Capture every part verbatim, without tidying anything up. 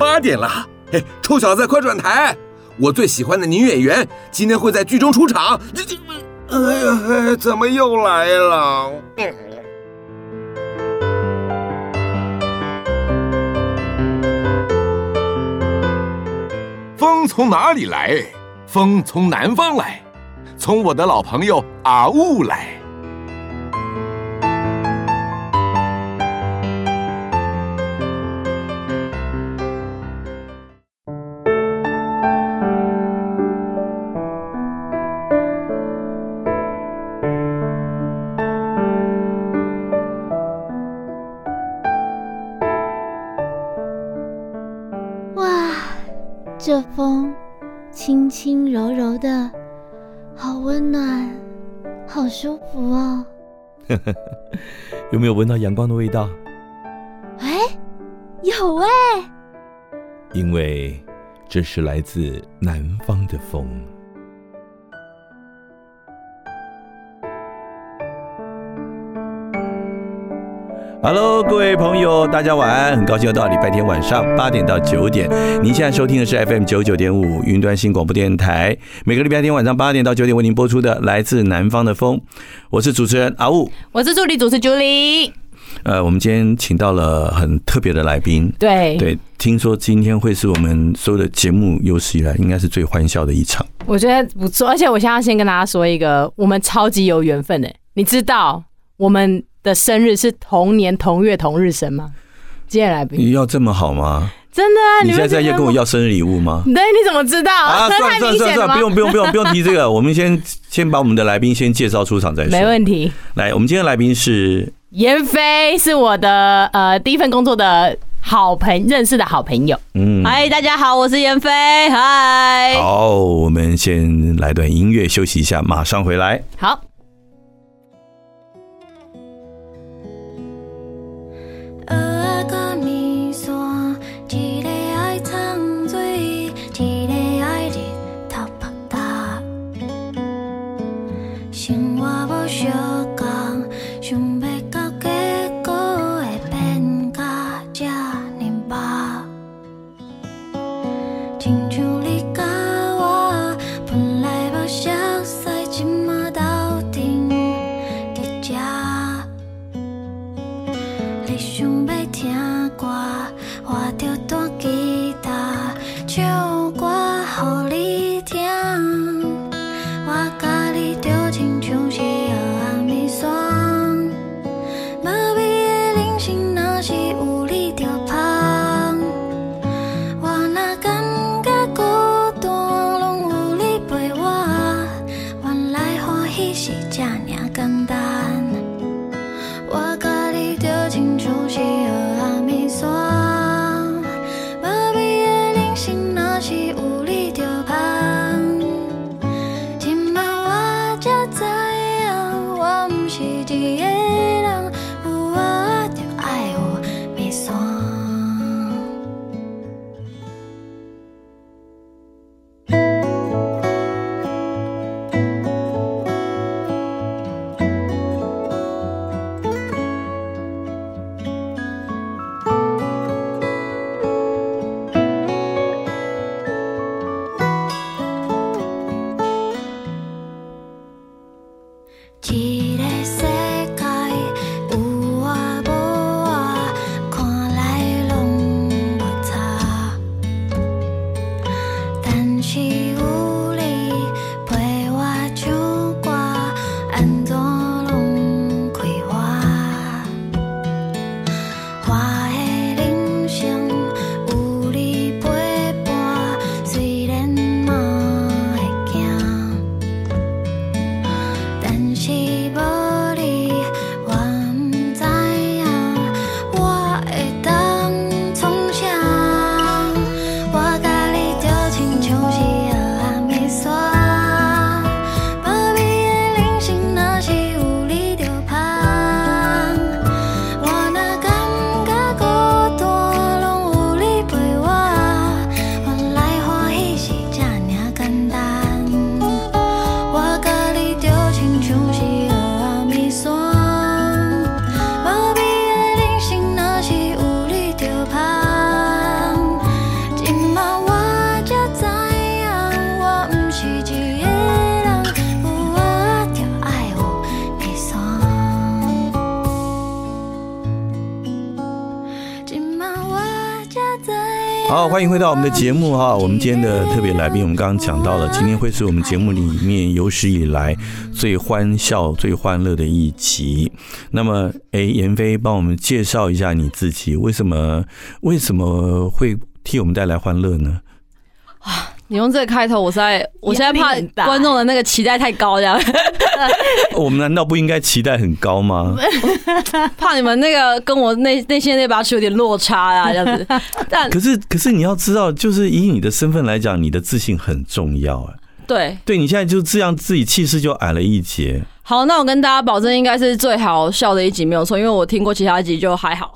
八点了，嘿，臭小子，快转台！我最喜欢的女演员今天会在剧中出场。这这，哎呀，怎么又来了？ 风从哪里来？风从南方来，从我的老朋友阿雾来。 这风轻轻柔柔的，好温暖，好舒服哦。 有没有闻到阳光的味道？ 哎，有哎。 因为这是来自南方的风。Hello， 各位朋友，大家晚安！很高兴又到礼拜天晚上八点到九点。您现在收听的是 F M 九十九点五云端新广播电台，每个礼拜天晚上八点到九点为您播出的来自南方的风。我是主持人阿雾， 我是助理主持 Julie。 呃，我们今天请到了很特别的来宾， 对对，听说今天会是我们所有的节目有史以来应该是最欢笑的一场。 我觉得不错，而且我现在要先跟大家说一个，我们超级有缘分的，你知道我们的生日是同年同月同日生吗？今天来宾你要这么好吗？ 真的啊！ 你现在在要跟我要生日礼物吗？ 对，你怎么知道啊？算了算了算了算了，不用不用不用不用提这个，我们先先把我们的来宾先介绍出场再说。 没问题。 来，我们今天的来宾是妍霏，是我的呃第一份工作的好朋认识的好朋友。 嗯， 嗨，大家好，我是妍霏。嗨， 好，我们先来段音乐休息一下，马上回来。 好。 好，欢迎回到我们的节目哈。我们今天的特别来宾，我们刚刚讲到了，今天会是我们节目里面有史以来最欢笑、最欢乐的一集。那么，哎，妍霏帮我们介绍一下你自己，为什么为什么会替我们带来欢乐呢？ 啊，你用这个开头，我实在，我现在怕观众的那个期待太高，这样。 我们难道不应该期待很高吗？ 怕你们那个跟我内内心那把尺有点落差啊，这样子。但可是可是你要知道，就是以你的身份来讲，你的自信很重要啊。 对， 对你现在就这样，自己气势就矮了一截。 好，那我跟大家保证，应该是最好笑的一集，没有错，因为我听过其他集就还好。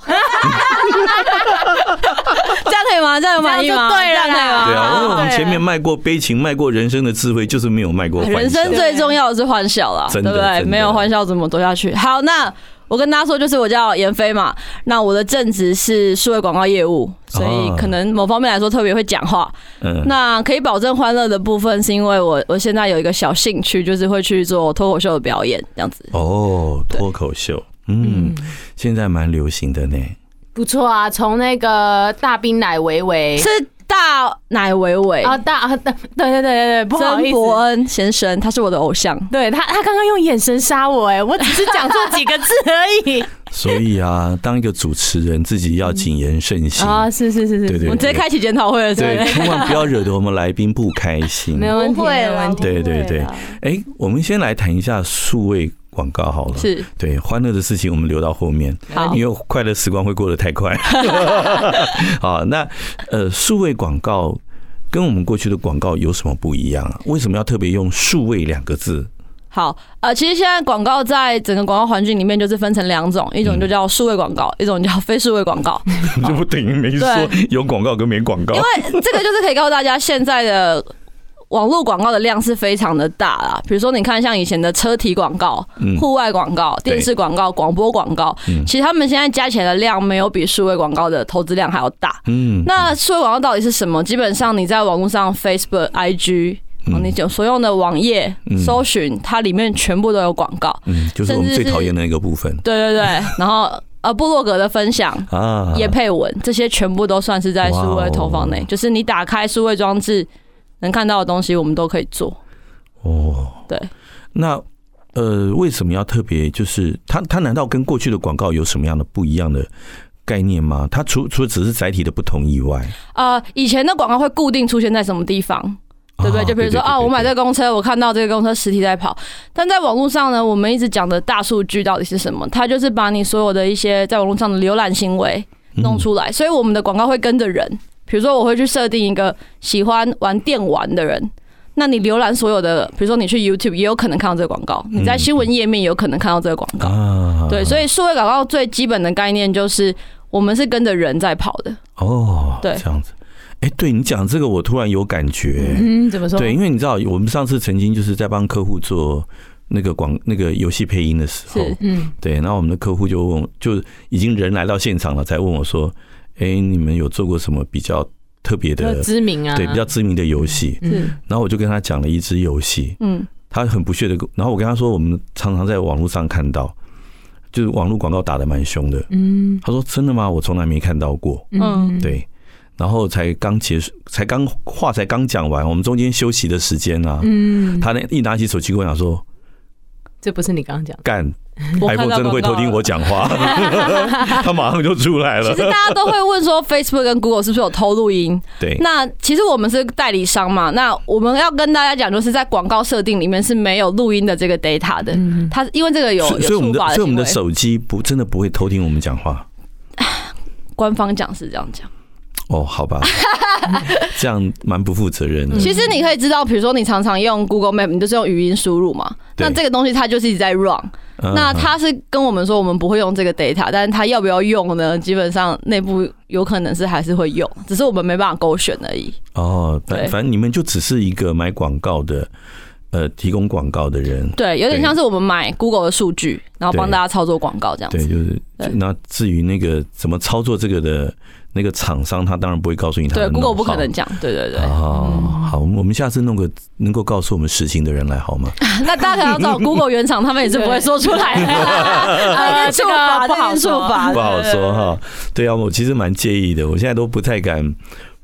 这样可以吗？这样有满意吗？ 对了， 这样可以吗？ 对啊，因为我们前面卖过悲情，卖过人生的智慧，就是没有卖过欢笑。 人生最重要的是欢笑啦，对不对？没有欢笑怎么走下去？好，那我跟大家说，就是我叫妍霏嘛，那我的正职是数位广告业务，所以可能某方面来说特别会讲话。嗯，那可以保证欢乐的部分，是因为我我现在有一个小兴趣，就是会去做脱口秀的表演，这样子。 哦，脱口秀，嗯，现在蛮流行的呢。 不错啊，从那个大冰奶维维是大奶维维啊，大对对对对对，不好意思， 曾伯恩先生，他是我的偶像。 对他，他刚刚用眼神杀我，哎，我只是讲错几个字而已。 所以啊，当一个主持人，自己要谨言慎行啊！是是是是， 对对， 我们直接开启检讨会了， 对，千万不要惹得我们来宾不开心。 没有问题，没有问题。 对对对，哎，我们先来谈一下数位广告好了， 是对欢乐的事情我们留到后面，因为快乐时光会过得太快。好，那呃，数位广告跟我们过去的广告有什么不一样啊？为什么要特别用数位两个字？ 好，呃，其实现在广告在整个广告环境里面就是分成两种，一种就叫数位广告，一种叫非数位广告。 这不等于没说有广告跟没广告？ 因为这个就是可以告诉大家，现在的网络广告的量是非常的大啦。比如说，你看像以前的车体广告、户外广告、电视广告、广播广告，其实他们现在加起来的量没有比数位广告的投资量还要大。嗯，那数位广告到底是什么？基本上你在网络上 Facebook、I G。你所用的网页搜寻，它里面全部都有广告， 嗯，就是我们最讨厌的那个部分。 对对对，然后呃，部落格的分享啊，业配文，这些全部都算是在数位投放内，就是你打开数位装置能看到的东西，我们都可以做。哦，对。 那呃，为什么要特别？就是它它难道跟过去的广告有什么样的不一样的概念吗？它除除了只是载体的不同以外， 呃，以前的广告会固定出现在什么地方？对不对？就比如说啊，我买这个公车，我看到这个公车实体在跑，但在网络上呢，我们一直讲的大数据到底是什么？它就是把你所有的一些在网络上的浏览行为弄出来，所以我们的广告会跟着人。比如说，我会去设定一个喜欢玩电玩的人，那你浏览所有的，比如说你去 YouTube 也有可能看到这个广告，你在新闻页面也有可能看到这个广告。对，所以数位广告最基本的概念就是我们是跟着人在跑的。 哦，对，这样子。哎、欸，对你讲这个，我突然有感觉。 嗯，怎么说？ 对，因为你知道，我们上次曾经就是在帮客户做那个广那个游戏配音的时候，嗯，对，然后我们的客户就问，就已经人来到现场了，才问我说：“哎、欸，你们有做过什么比较特别的、 知名啊？对， 比较知名的游戏？”嗯，然后我就跟他讲了一支游戏，嗯，他很不屑的，然后我跟他说，我们常常在网络上看到。就是网络广告打得蛮凶的，嗯，他说真的吗？我从来没看到过，嗯，对。然后才刚结束，才刚话才刚讲完，我们中间休息的时间啊，嗯，他那一拿起手机跟我讲说：“ 这不是你刚刚讲的。” 干 ，iPhone 真的会偷听我讲话，他马上就出来了。 其实大家都会问说 ，Facebook 跟 Google 是不是有偷录音？ 对。 那其实我们是代理商嘛，那我们要跟大家讲，就是在广告设定里面是没有录音的这个 data 的。嗯，它因为这个有， 所以我们的所以我们的手机不真的不会偷听我们讲话。 官方讲是这样讲。 哦，好吧，这样蛮不负责任的。 其实你可以知道，比如说你常常用 Google Map， 你就是用语音输入嘛，那这个东西它就是一直在 run。那它是跟我们说我们不会用这个 data， 但是它要不要用呢？基本上内部有可能是还是会用，只是我们没办法勾选而已。 哦，反反正你们就只是一个买广告的。呃，提供广告的人， 对，有点像是我们买 Google 的数据，然后帮大家操作广告这样子。 对，就是。那至于那个怎么操作这个的那个厂商，他当然不会告诉你他的。 对 ，Google 不可能讲。对对对。 哦，好，我们下次弄个能够告诉我们实情的人来好吗？ 那大家可能要找 Google 原厂，他们也是不会说出来的。呃，这个不好说， 不好说哈。对啊，我其实蛮介意的，我现在都不太敢。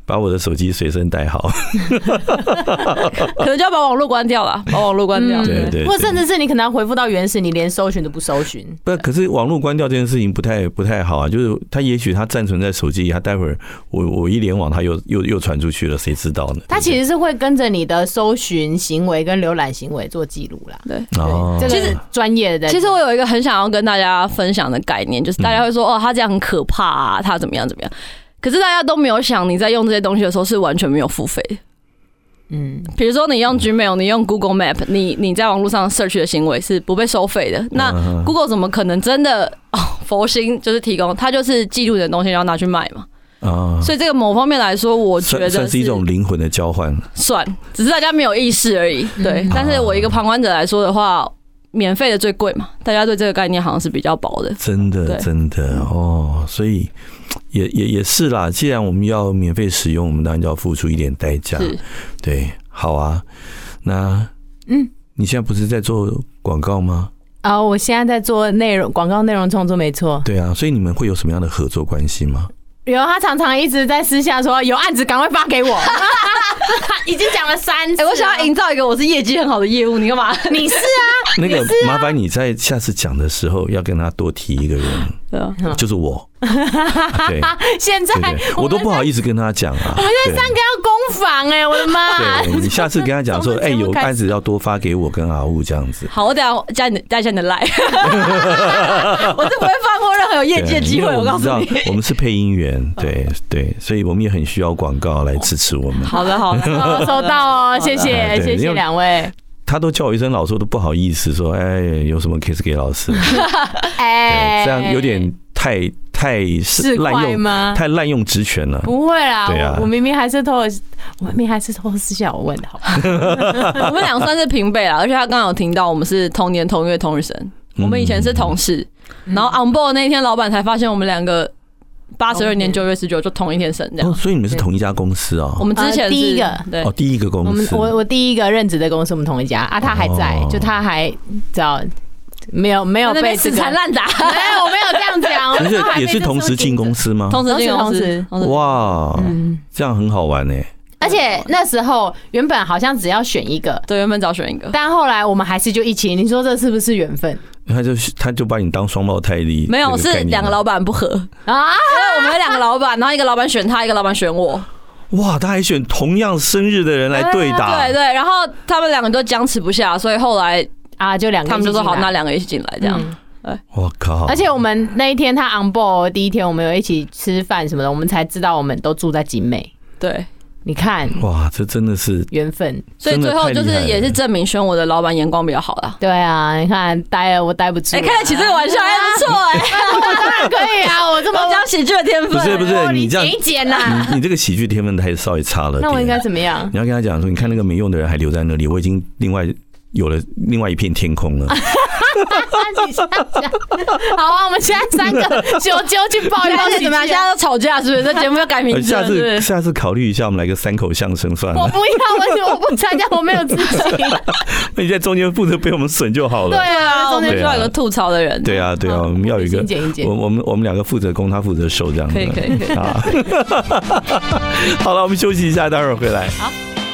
把我的手机随身带好， 可能就要把网络关掉了，把网络关掉。 嗯、 对对， 或甚至是你可能要回复到原始，你连搜寻都不搜寻。 不，可是网络关掉这件事情不太不太好啊。就是它也许它暂存在手机，它待会儿我我一联网，它又又又传出去了，谁知道呢？ 它其实是会跟着你的搜寻行为跟浏览行为做记录啦。 对， 哦， 这个专业的。 其实我有一个很想要跟大家分享的概念，就是大家会说、嗯、哦，他这样很可怕啊，他怎么样怎么样。可是大家都没有想，你在用这些东西的时候是完全没有付费的。嗯，比如说你用 Gmail， 你用 Google Map， 你你在网络上 search 的行为是不被收费的。那 Google 怎么可能真的哦佛心就是提供？它就是记录你的东西，然后拿去卖嘛。啊，所以这个某方面来说，我觉得 是, 算是一种灵魂的交换， 算，只是大家没有意识而已。对，嗯、但是我一个旁观者来说的话。免费的最贵嘛，大家对这个概念好像是比较薄的。真的， 真的哦，所以也也也是啦。既然我们要免费使用，我们当然就要付出一点代价。对，好啊。那嗯，你现在不是在做广告吗？ 啊、哦，我现在在做内容广告内容创作，没错。 对啊，所以你们会有什么样的合作关系吗？ 有，他常常一直在私下说有案子赶快发给我，已经讲了三次。 欸、我想要营造一个我是业绩很好的业务，你干嘛？ 你是啊， 那个麻烦你在下次讲的时候要跟他多提一个人，对啊，就是我。对， 现在对对我都不好意思跟他讲啊。 我们现在三个要攻防哎、欸，我的妈！ 对，你下次跟他讲说，哎、欸，有案子要多发给我跟阿雾这样子。 好，我等一下加你加一下你的 line， 我是不会放过任何有业绩的机会。我告诉你， 我们是配音员，对对，所以我们也很需要广告来支持我们。 好的好的， 收到哦，谢谢谢谢两位。 他都叫我一声老师，我都不好意思说，哎，有什么 case 给老师？哎，这样有点太太滥用吗？太滥用职权了。 不会啦，对啊，我明明还是偷，我明明还是偷私下我问的好。 我们俩算是平辈啦，而且他刚刚有听到我们是同年同月同日生，我们以前是同事，嗯、然后 on board 那一天，老板才发现我们两个。八十二年九月十九就同一天生这样、 哦，所以你们是同一家公司哦。 我们之前是、呃、 第一个， 对， 哦，第一个公司。 我我我第一个任职的公司，我们同一家啊，他还在，哦、就他还知道没有没有被死缠烂打， 没有我没有这样讲。 可是也是同时进公司吗？ 同时进公司， 哇，嗯，这样很好玩哎。 而且那时候原本好像只要选一个， 对，原本只要选一个， 但后来我们还是就一起。你说这是不是缘分？ 他就他就把你当双胞胎的， 没有，是两个老板不合啊，因为我们有两个老板，然后一个老板选他，一个老板选我。 哇，他还选同样生日的人来对打， 对对，然后他们两个都僵持不下，所以后来啊，就两个他们就说好，那两个一起进来这样。 嗯、 我靠！ 而且我们那一天他 on board 第一天，我们有一起吃饭什么的，我们才知道我们都住在景美。 对。 你看， 哇，这真的是缘分， 所以最后就是也是证明选我的老板眼光比较好啦。 对啊，你看待了我待不住， 哎，开得起这个玩笑还不错哎， 我当然可以啊，我这么讲喜剧的天分， 不是不是，你这样剪一剪呐， 你你这个喜剧天分还是稍微差了。 那我应该怎么样？ 你要跟他讲说，你看那个没用的人还留在那里，我已经另外有了另外一片天空了。 你这样讲，好啊！我们现在三个揪揪去报一报喜剧， 怎么样？现在都吵架是不是？这节目要改名字， 下次下次考虑一下，我们来个三口相声算了。 我不要，我我不参加，我没有自信。 那你在中间负责被我们损就好了。 对啊，中间需要有个吐槽的人。 对啊，对啊，我们要有一个，我我们我们两个负责攻，他负责受，这样子。 可以可以可以。啊， 好了，我们休息一下，待会儿回来。 好。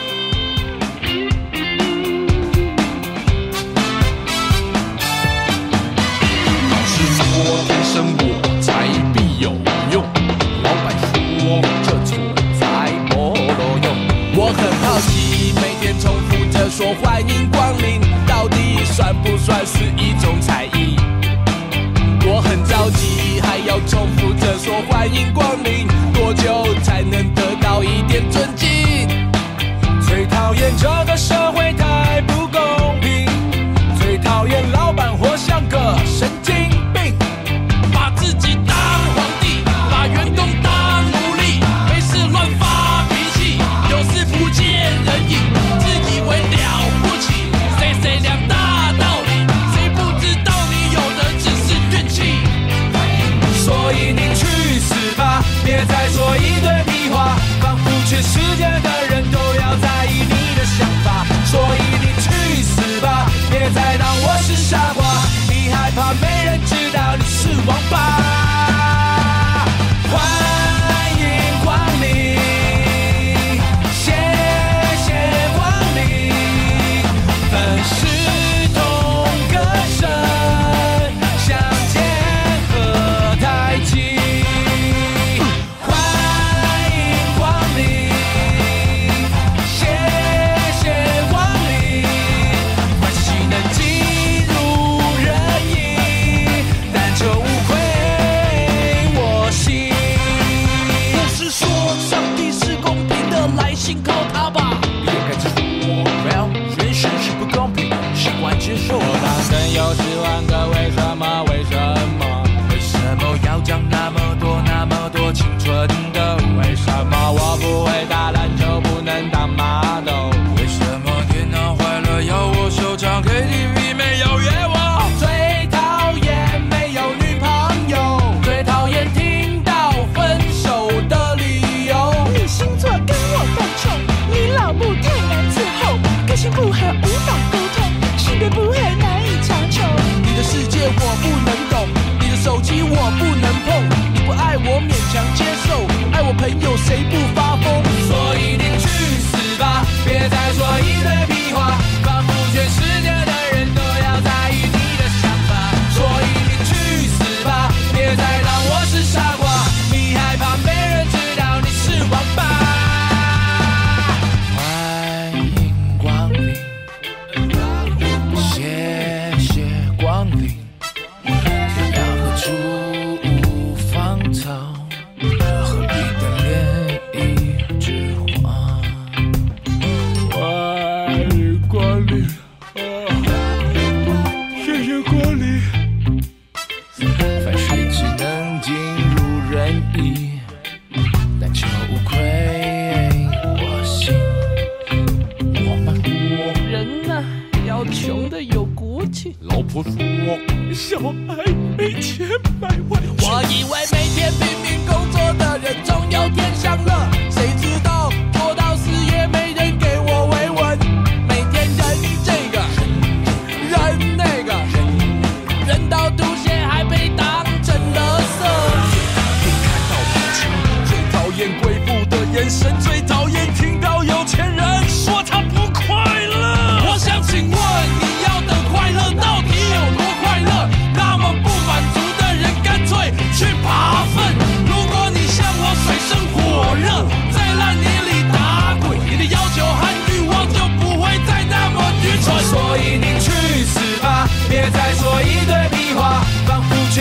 天生我材必有用，老板说这蠢材没用。我很好奇，每天重复着说欢迎光临，到底算不算是一种才艺？我很着急，还要重复着说欢迎光临，多久才能得到一点尊敬？最讨厌这个社会太不公平，最讨厌老板活像个神经病。自己当皇帝，把员工当奴隶，没事乱发脾气，有事不见人影，自以为了不起，谁谁两大道理，谁不知道你有的只是怨气，所以你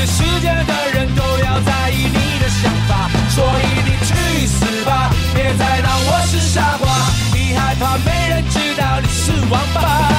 全世界的人都要在意你的想法，所以你去死吧，别再当我是傻瓜，你害怕没人知道你是王八。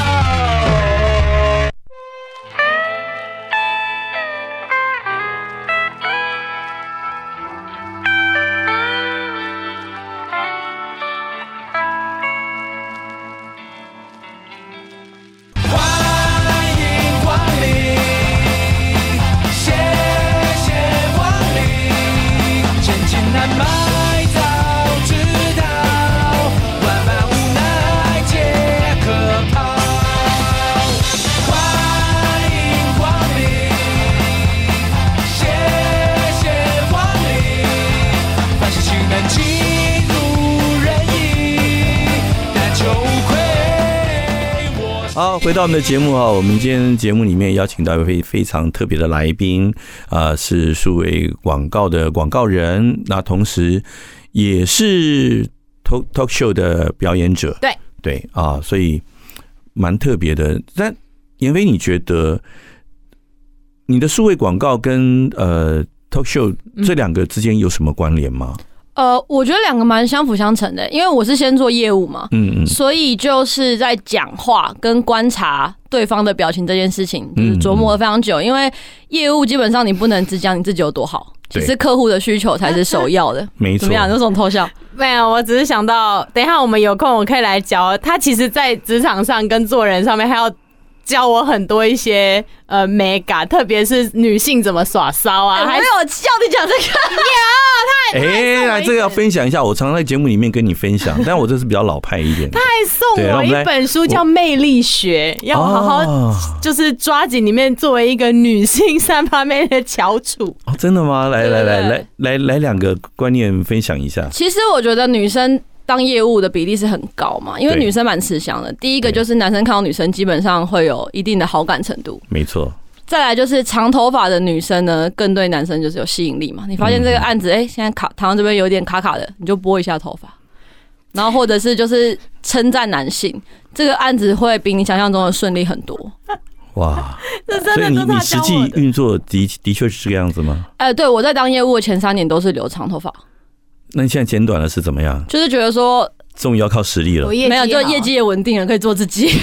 好，回到我们的节目啊，我们今天节目里面邀请到一位非常特别的来宾啊、呃，是数位广告的广告人，那同时也是 talk talk show 的表演者。 对对啊，所以蛮特别的。但妍霏，你觉得你的数位广告跟呃 talk show 这两个之间有什么关联吗？ 呃，我觉得两个蛮相辅相成的，因为我是先做业务嘛，嗯嗯，所以就是在讲话跟观察对方的表情这件事情，就是琢磨了非常久。因为业务基本上你不能只讲你自己有多好，其实客户的需求才是首要的。 没错， 怎么样？有种偷笑？ 没有，我只是想到，等一下我们有空我可以来教他。其实，在职场上跟做人上面，还要教我很多一些呃美感，特别是女性怎么耍骚啊。 欸、还有叫你讲这个， 有他哎，来这个要分享一下，我常常在节目里面跟你分享，但我这是比较老派一点。 他还送我一本书叫《魅力学》，要好好就是抓紧里面作为一个女性散发魅力的翘楚。 哦，真的吗？来来来来来来两个观念分享一下。 其实我觉得女生当业务的比例是很高嘛，因为女生蛮吃香的。第一个就是男生看到女生基本上会有一定的好感程度， 没错。 再来就是长头发的女生呢，更对男生就是有吸引力嘛。你发现这个案子，哎、欸，现在卡台湾这边有点卡卡的，你就拨一下头发，然后或者是就是称赞男性，这个案子会比你想象中的顺利很多。 哇， 这真的所以你你实际运作的的确是这个样子吗？ 哎、呃，对，我在当业务的前三年都是留长头发。 那你现在剪短了是怎么样？ 就是觉得说， 终于要靠实力了。 没有，就业绩也稳定了，可以做自己。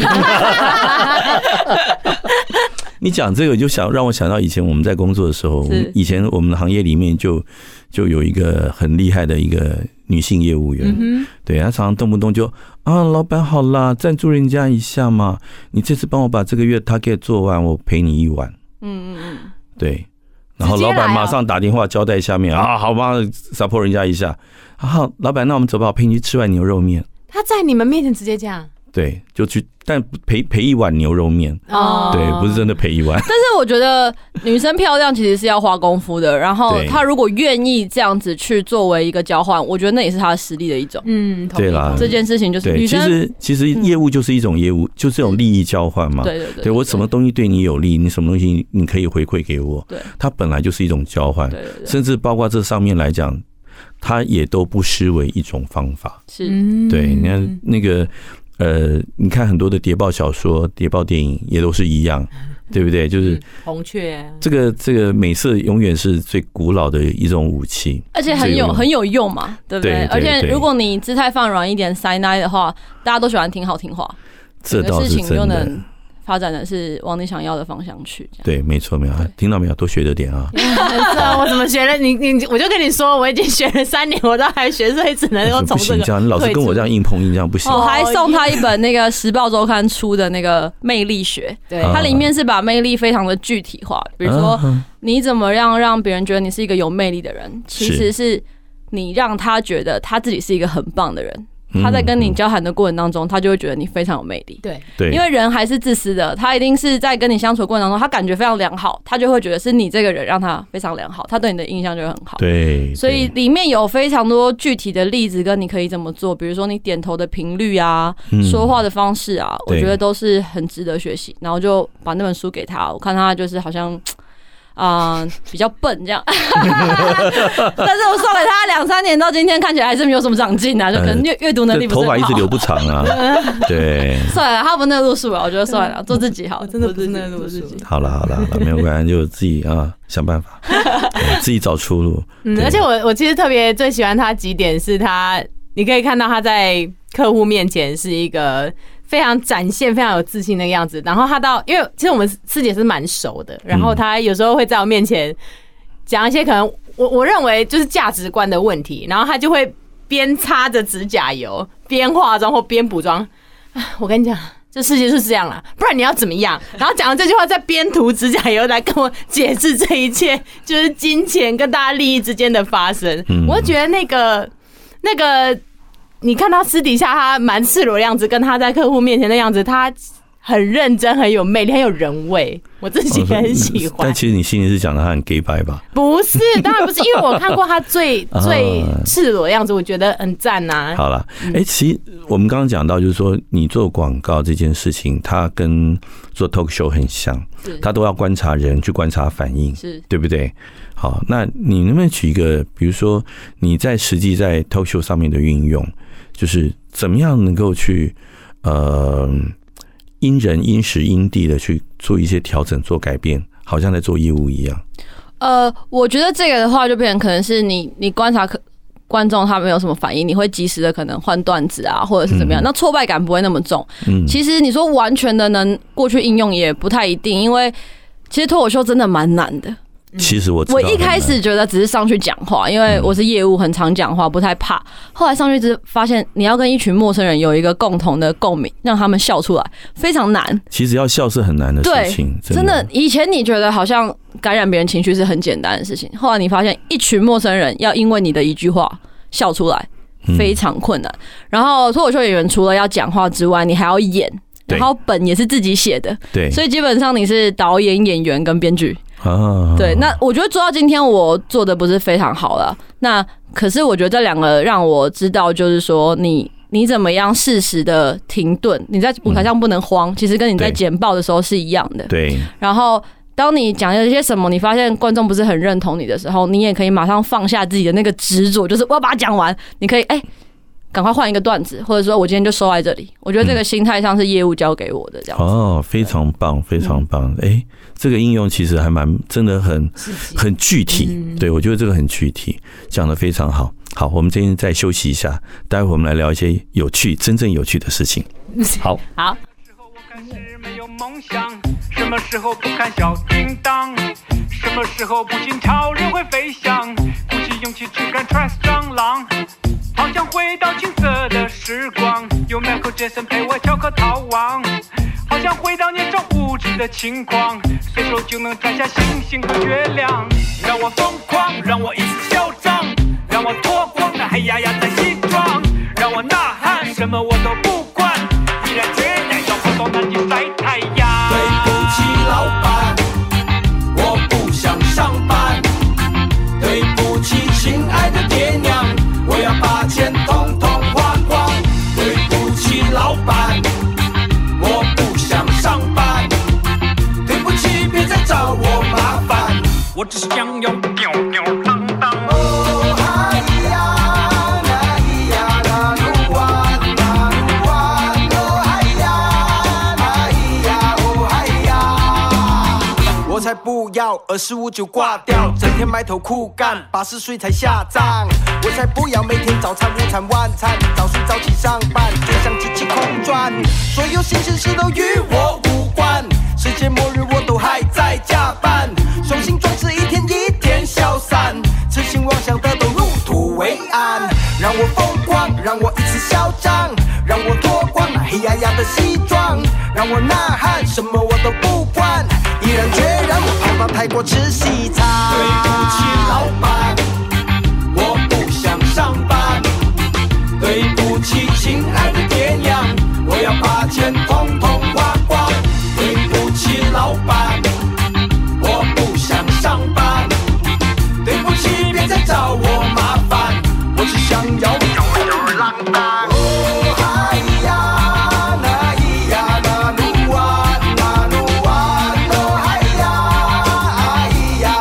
你讲这个就想让我想到以前我们在工作的时候，以前我们的行业里面就就有一个很厉害的一个女性业务员，嗯、对，她常常动不动就啊，老板好啦，赞助人家一下嘛，你这次帮我把这个月 target 做完，我赔你一碗。嗯嗯嗯，对。然后老板马上打电话交代下面啊，好吧 support 人家一下。好，老板，那我们走吧，我陪你去吃碗牛肉面。 他在你们面前直接这样？ 对，就去，但赔赔一碗牛肉面。哦，对，不是真的赔一碗。 但是我觉得女生漂亮其实是要花功夫的，然后她如果愿意这样子去作为一个交换，我觉得那也是她的实力的一种。嗯， 对啦， 这件事情就是女生其实其实业务就是一种业务，嗯、就是这种利益交换嘛。 对对 对, 对, 对，我什么东西对你有利，你什么东西你可以回馈给我。 对， 它本来就是一种交换。 对对对， 甚至包括这上面来讲，它也都不失为一种方法。 是， 对，你看那个。呃，你看很多的谍报小说、谍报电影也都是一样，对不对？就是红雀， 这个这个美色永远是最古老的一种武器， 而且很有很有用嘛，对不对？而且如果你姿态放软一点、塞奶的话，大家都喜欢听好听话， 这倒是真的。 发展的是往你想要的方向去， 对，没错，没有，听到没有？多学着点啊！ 我怎么学了？你你，我就跟你说，我已经学了三年，我都还学，所以只能够从这个。 不行，这样你老是跟我这样硬碰硬，这样不行。 我还送他一本那个《时报周刊》出的那个魅力学，对，它里面是把魅力非常的具体化，比如说你怎么样让别人觉得你是一个有魅力的人，其实是你让他觉得他自己是一个很棒的人。他在跟你交谈的过程当中，他就会觉得你非常有魅力。 对对， 因为人还是自私的，他一定是在跟你相处的过程当中，他感觉非常良好，他就会觉得是你这个人让他非常良好，他对你的印象就会很好。 对， 所以里面有非常多具体的例子跟你可以怎么做，比如说你点头的频率啊，嗯、说话的方式啊，我觉得都是很值得学习。然后就把那本书给他，我看他就是好像。 嗯、呃、比较笨这样。但是我送给他两三年到今天，看起来还是没有什么长进啊，就可能阅阅读能力不是很好。 头发一直留不长啊。对， 算了，他不那路数啊，我觉得算了，做自己好，真的不是那路数。 好了好了好了，没有关系，就自己啊想办法，自己找出路。 嗯，而且我我其实特别最喜欢他几点，是他你可以看到他在客户面前是一个非常展现、非常有自信的样子。然后他到，因为其实我们师姐是蛮熟的，然后他有时候会在我面前讲一些可能我我认为就是价值观的问题，然后他就会边擦着指甲油边化妆或边补妆。我跟你讲，这世界是这样啦，不然你要怎么样？然后讲完这句话，再边涂指甲油来跟我解释这一切，就是金钱跟大家利益之间的发生。我就觉得那个那个。你看他私底下他蛮赤裸的样子，跟他在客户面前的样子，他很认真、很有魅力、很有人味，我自己很喜欢。 但其实你心里是讲他很 gay 白吧？ 不是，当然不是，因为我看过他最最赤裸的样子，我觉得很赞呐。 好了，哎，其实我们刚刚讲到，就是说你做广告这件事情，它跟做 talk show 很像，他都要观察人，去观察反应，是对不对？好，那你能不能举一个，比如说你在实际在 talk show 上面的运用？就是怎么样能够去呃因人因时因地的去做一些调整做改变，好像在做业务一样。 呃，我觉得这个的话就变成可能是你你观察观众他没有什么反应，你会及时的可能换段子啊，或者是怎么样，嗯、那挫败感不会那么重。嗯，其实你说完全的能过去应用也不太一定，因为其实脱口秀真的蛮难的。 其实我我一开始觉得只是上去讲话，因为我是业务，很常讲话，不太怕。后来上去之后发现，你要跟一群陌生人有一个共同的共鸣，让他们笑出来，非常难。 其实要笑是很难的事情， 对，真的。以前你觉得好像感染别人情绪是很简单的事情，后来你发现一群陌生人要因为你的一句话笑出来，非常困难。然后脱口秀演员除了要讲话之外，你还要演，然后本也是自己写的，对，所以基本上你是导演、演员跟编剧。啊，对，那我觉得做到今天我做的不是非常好了，那可是我觉得这两个让我知道，就是说你你怎么样适时的停顿，你在舞台上不能慌，其实跟你在简报的时候是一样的。对，然后当你讲了一些什么，你发现观众不是很认同你的时候，你也可以马上放下自己的那个执着，就是我要把它讲完，你可以哎。欸赶快换一个段子，或者说我今天就收在这里。我觉得这个心态上是业务教给我的，这样子。哦， 非常棒，非常棒。哎、欸，这个应用其实还蛮真的很很具体。嗯、对，我觉得这个很具体，讲得非常好。好，我们今天再休息一下，待会我们来聊一些有趣、真正有趣的事情。好， 好。 什么时候不看小叮当？什么时候不信超人会飞翔？鼓起勇气只敢 trust 蟑螂。好想回到青涩的时光，有 Michael Jackson 陪我翘课逃亡。好想回到年少无知的轻狂，随手就能摘下星星和月亮。让我疯狂，让我一次嚣张，让我脱光那黑压压的西装，让我呐喊，什么我都不管，依然决然要跑到南极晒太阳。对不起老板，我不想上班。对不起亲爱的爹娘，我要把钱统统花光。对不起老板，我不想上班。对不起别再找我麻烦，我只是想要吊吊当当。哦嗨呀那咿呀那鲁哇那鲁哇哦嗨呀那咿呀哦嗨呀。我才不要二十五就挂掉，整天埋头苦干，八十岁才下葬。我才不要每天早餐、午餐、晚餐，早睡早起上班，就像机器空转。所有新鲜事都与我无关，世界末日我都还在加班。雄心壮志一天一天消散，痴心妄想的都入土为安。让我疯狂，让我一次嚣张，让我脱光那黑压压的西装，让我呐喊，什么我都不管，毅然决然我跑到泰国吃西餐。对不起老板，我不想上班。对不起亲爱的爹娘，我要把钱统统花光。对不起老板，我不想上班。对不起别再找我麻烦，我只想要吊儿郎当。哦嗨呀那咿呀那鲁哇那鲁哇哦嗨呀哎呀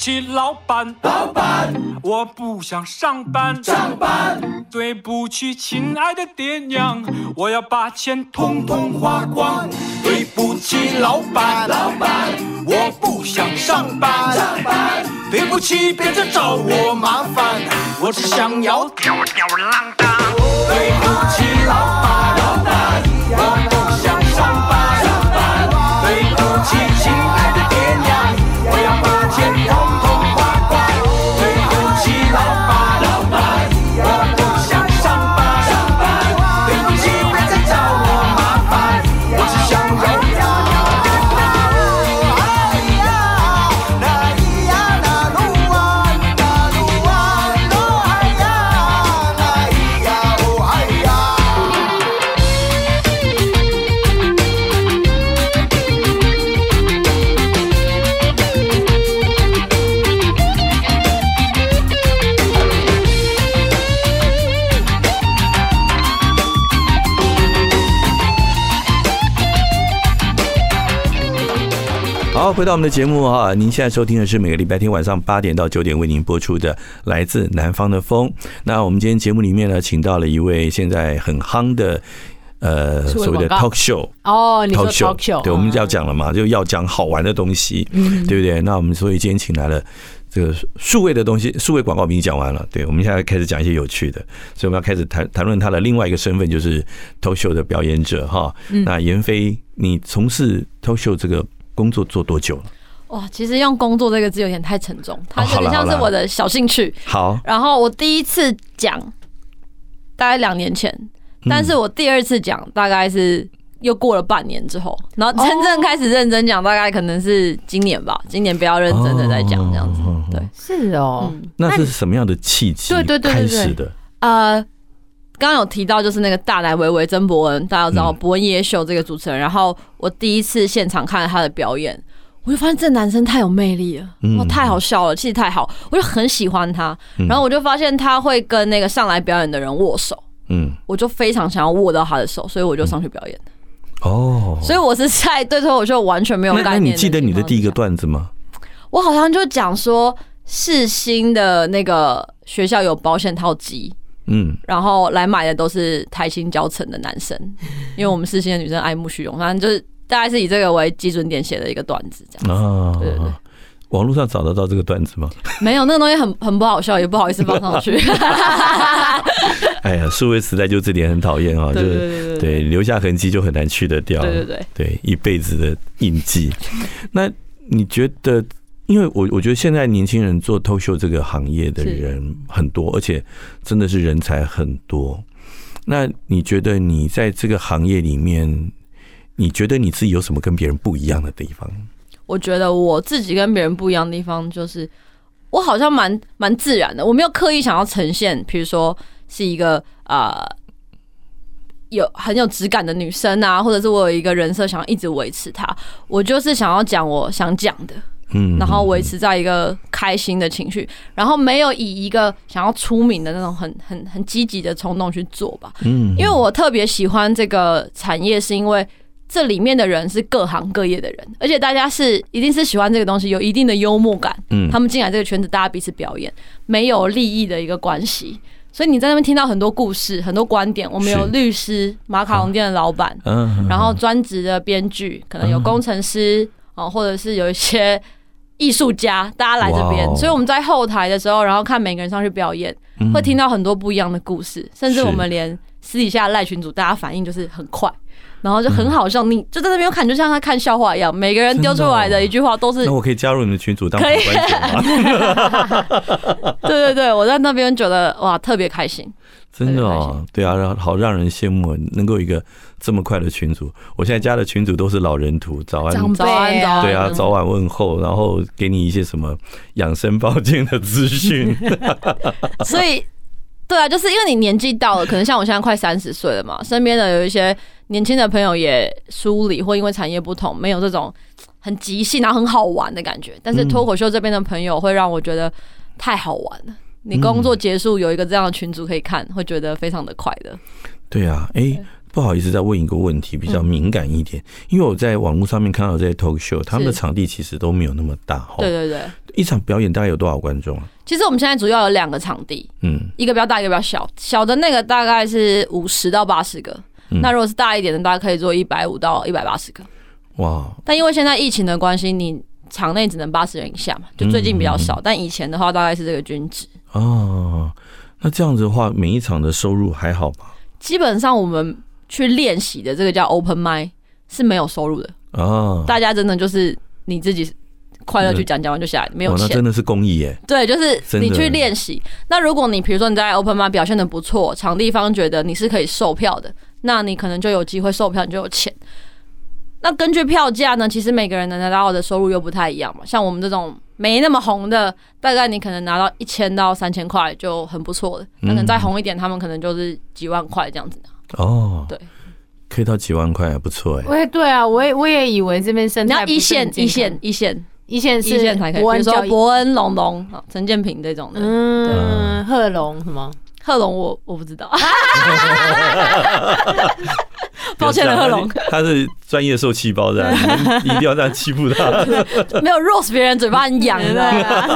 起老板，老板，我不想上班，上班。对不起，亲爱的爹娘，我要把钱统统花光。对不起，老板，老板，我不想上班，上班。对不起，别再找我麻烦，我只想要吊吊郎当。对不起，老板，老板，我不想上班，上班。对不起，亲爱的爹娘，我要把钱统统花光。对不起，老板，老板，我不想上班，上班。对不起，别再找我麻烦，我只想要吊吊郎当。 好，回到我们的节目哈，您现在收听的是每个礼拜天晚上八点到九点为您播出的来自南方的风。那我们今天节目里面呢，请到了一位现在很夯的呃所谓的 talk show 哦，你说 talk show， 对，我们要讲了嘛，就要讲好玩的东西，嗯，对不对？那我们所以今天请来了这个数位的东西，数位广告我们已经讲完了，对，我们现在开始讲一些有趣的，所以我们要开始谈谈论他的另外一个身份，就是 talk show 的表演者哈。嗯、那妍霏，你从事 talk show 这个工作做多久了？ 哇，其实用工作这个字有点太沉重，它有点像是我的小兴趣。 好， 然后我第一次讲大概两年前，但是我第二次讲大概是又过了半年之后，然后真正开始认真讲，大概可能是今年吧。今年比较认真的在讲这样子，对， 是哦。 嗯、 那是什么样的契机开始的？ 呃。刚刚有提到就是那个大奶维维曾博恩，大家都知道伯恩夜夜秀这个主持人。然后我第一次现场看了他的表演，我就发现这男生太有魅力了，哇，太好笑了，气质太好，我就很喜欢他。然后我就发现他会跟那个上来表演的人握手，嗯，我就非常想要握到他的手，所以我就上去表演。哦，所以我是在对脱口秀完全没有概念。 那你记得你的第一个段子吗？ 我好像就讲说世新的那个学校有保险套机。嗯，然后来买的都是台新教程的男生，因为我们世新的女生爱慕虚荣，反正就是大概是以这个为基准点写的一个段子，这样子。哦，对对对。 网络上找得到这个段子吗？ 没有，那个东西很很不好笑，也不好意思放上去。 哎呀，数位时代就这点很讨厌啊，就是对留下痕迹就很难去得掉， 对对对， 对一辈子的印记。那你觉得？因为我我觉得现在年轻人做talk show这个行业的人很多，而且真的是人才很多。那你觉得你在这个行业里面，你觉得你自己有什么跟别人不一样的地方？ 我觉得我自己跟别人不一样的地方就是，我好像蛮蛮自然的，我没有刻意想要呈现，比如说是一个呃有很有质感的女生啊，或者是我有一个人设想要一直维持它，我就是想要讲我想讲的。嗯，然后维持在一个开心的情绪，然后没有以一个想要出名的那种很很很积极的冲动去做吧。嗯，因为我特别喜欢这个产业，是因为这里面的人是各行各业的人，而且大家是一定是喜欢这个东西，有一定的幽默感。嗯，他们进来这个圈子，大家彼此表演，没有利益的一个关系。所以你在那边听到很多故事、很多观点。我们有律师、马卡龙店的老板，然后专职的编剧，可能有工程师哦，或者是有一些艺术家，大家来这边，所以我们在后台的时候，然后看每个人上去表演，会听到很多不一样的故事，甚至我们连私底下赖群组，大家反应就是很快，然后就很好笑，你就在那边看，就像他看笑话一样，每个人丢出来的一句话都是。 那我可以加入你们群组当旁观者吗？ 对对对，我在那边觉得哇，特别开心。 真的哦，对啊，好让人羡慕，能够有一个这么快的群组。我现在加的群组都是老人图，早安， 早安，早安， 对啊，早晚问候，然后给你一些什么养生保健的资讯。 所以，对啊，就是因为你年纪到了，可能像我现在快三十岁了嘛，身边的有一些年轻的朋友也梳理，或因为产业不同，没有这种很即兴然后很好玩的感觉。但是脱口秀这边的朋友会让我觉得太好玩了。你工作结束有一个这样的群组可以看，会觉得非常的快乐。 对啊，哎、欸， 不好意思再问一个问题，比较敏感一点，嗯、因为我在网络上面看到这些 talk show， 他们的场地其实都没有那么大。 对对对， 一场表演大概有多少观众啊？ 其实我们现在主要有两个场地， 嗯， 一个比较大，一个比较小。小的那个大概是五十到八十个、嗯，那如果是大一点的，大概可以做一百五到一百八十个。哇！但因为现在疫情的关系，你场内只能八十人以下嘛，就最近比较少。嗯嗯嗯但以前的话，大概是这个均值。哦， 那这样子的话，每一场的收入还好吧？ 基本上我们去练习的这个叫 open mic 是没有收入的哦，大家真的就是你自己快乐去讲，讲完就下来，没有钱。 哦，那真的是公益耶。 对，就是你去练习。那如果你比如说你在 open mic 表现的不错，场地方觉得你是可以售票的，那你可能就有机会售票，你就有钱。那根据票价呢，其实每个人能拿到的收入又不太一样嘛。像我们这种没那么红的，大概你可能拿到一千到三千块就很不错了。那可能再红一点，他们可能就是几万块这样子的。哦，对， 可以到几万块还不错哎。 我也对啊，我也我也以为这边生态一线一线一线一线是一线才可以，比如说伯恩、龙龙、陈建平这种的。 嗯，贺龙什么？ 贺龙我我不知道。抱歉了，贺龙， 他是专业受气包的，你一定要这样欺负他。 没有 roast 别人嘴巴很痒的。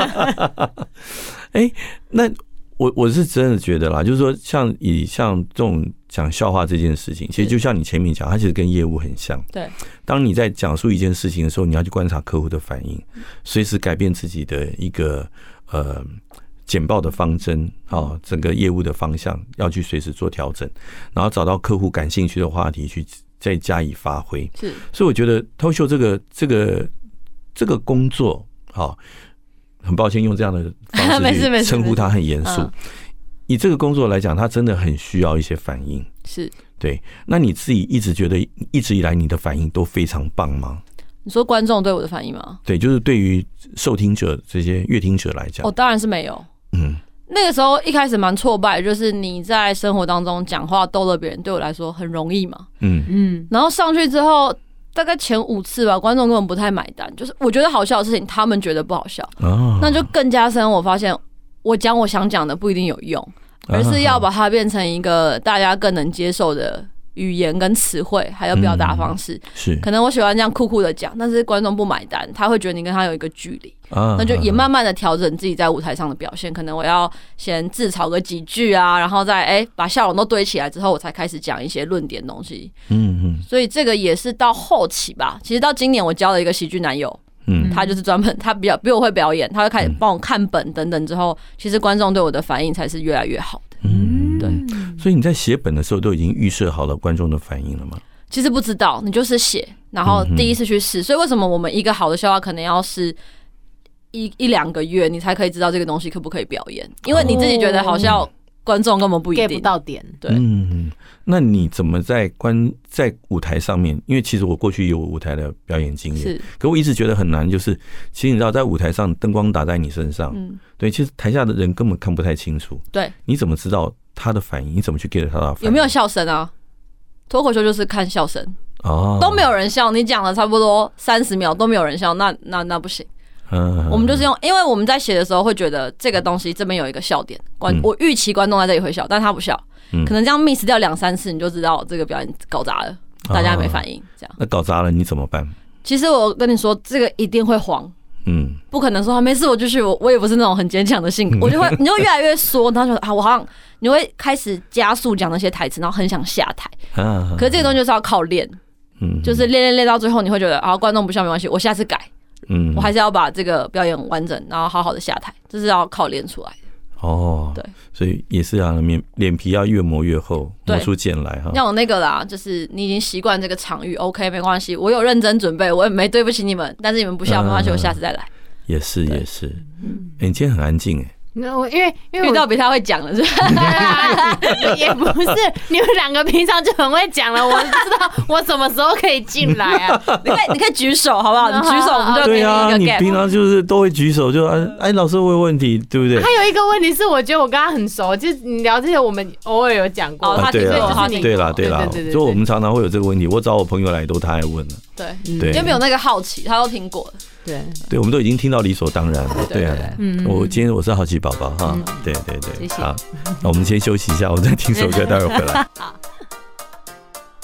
哎，那我我是真的觉得啦，就是说像以像这种讲笑话这件事情，其实就像你前面讲，它其实跟业务很像。对，当你在讲述一件事情的时候，你要去观察客户的反应，随时改变自己的一个呃。简报的方针，哦，整个业务的方向要去随时做调整，然后找到客户感兴趣的话题去再加以发挥。是，所以我觉得talk show这个这个这个工作，好，很抱歉用这样的方式去称呼它很严肃。以这个工作来讲，它真的很需要一些反应。是，对。那你自己一直觉得一直以来你的反应都非常棒吗？ 你说观众对我的反应吗？ 对，就是对于受听者这些乐听者来讲， 哦，当然是没有。嗯，那个时候一开始蛮挫败，就是你在生活当中讲话逗乐别人，对我来说很容易嘛。嗯嗯，然后上去之后，大概前五次吧，观众根本不太买单，就是我觉得好笑的事情，他们觉得不好笑，哦、那就更加深我发现，我讲我想讲的不一定有用，而是要把它变成一个大家更能接受的语言跟词汇，还有表达方式。嗯、是，可能我喜欢这样酷酷的讲，但是观众不买单，他会觉得你跟他有一个距离。啊、那就也慢慢的调整自己在舞台上的表现，可能我要先自嘲个几句啊，然后再哎、欸、把笑容都堆起来之后，我才开始讲一些论点东西。嗯嗯。所以这个也是到后期吧，其实到今年我交了一个喜剧男友，嗯，他就是专门他比较比我会表演，他会开始帮我看本等等之后，其实观众对我的反应才是越来越好的。嗯，对。 所以你在写本的时候都已经预设好了观众的反应了吗？ 其实不知道，你就是写，然后第一次去试。所以为什么我们一个好的笑话可能要是一一两个月，你才可以知道这个东西可不可以表演？因为你自己觉得好笑，观众根本不一定 get 不到点。 对， 嗯，那你怎么在观在舞台上面？因为其实我过去有舞台的表演经验，可我一直觉得很难，就是其实你知道，在舞台上灯光打在你身上，嗯，对，其实台下的人根本看不太清楚。对，你怎么知道他的反应？你怎么去 get 他的反应？ 有没有笑声啊？脱口秀就是看笑声哦，都没有人笑，你讲了差不多三十秒都没有人笑，那那那不行。嗯，我们就是用，因为我们在写的时候会觉得这个东西这边有一个笑点，观我预期观众在这里会笑，但他不笑，可能这样 miss 掉两三次，你就知道这个表演搞砸了，大家没反应，这样。 那搞砸了你怎么办？ 其实我跟你说，这个一定会黄，嗯，不可能说没事我继续，我我也不是那种很坚强的性格，我就会你就越来越缩，然后就啊，我好像你会开始加速讲那些台词，然后很想下台，可是这个东西就是要靠练，嗯，就是练练练到最后，你会觉得啊，观众不笑没关系，我下次改。嗯，我还是要把这个表演完整，然后好好的下台，这是要靠练出来的。哦，对， 所以也是啊，脸脸皮要越磨越厚，磨出茧来哈。 要有那个啦，就是你已经习惯这个场域 ，OK， 没关系，我有认真准备，我也没对不起你们，但是你们不笑没关系，我下次再来。 也是也是，哎，你今天很安静哎。 那我因为因为遇到比他会讲了，是吧？也不是，你们两个平常就很会讲了，我不知道我什么时候可以进来啊？ 你可以你可以举手好不好？你举手我们就给你一个 gap。 对啊，你平常就是都会举手，就哎老师会问题，对不对？ 还有一个问题是，我觉得我跟他很熟，就是你聊这些，我们偶尔有讲过。 他对啦， 对啦，对啦，就我们常常会有这个问题，我找我朋友来都他还问了。 对对，因为没有那个好奇，他都听过了。 对对，我们都已经听到理所当然了。对啊，我今天我是好奇宝宝哈。对对对，好，那我们先休息一下，我再听首歌，待会儿回来。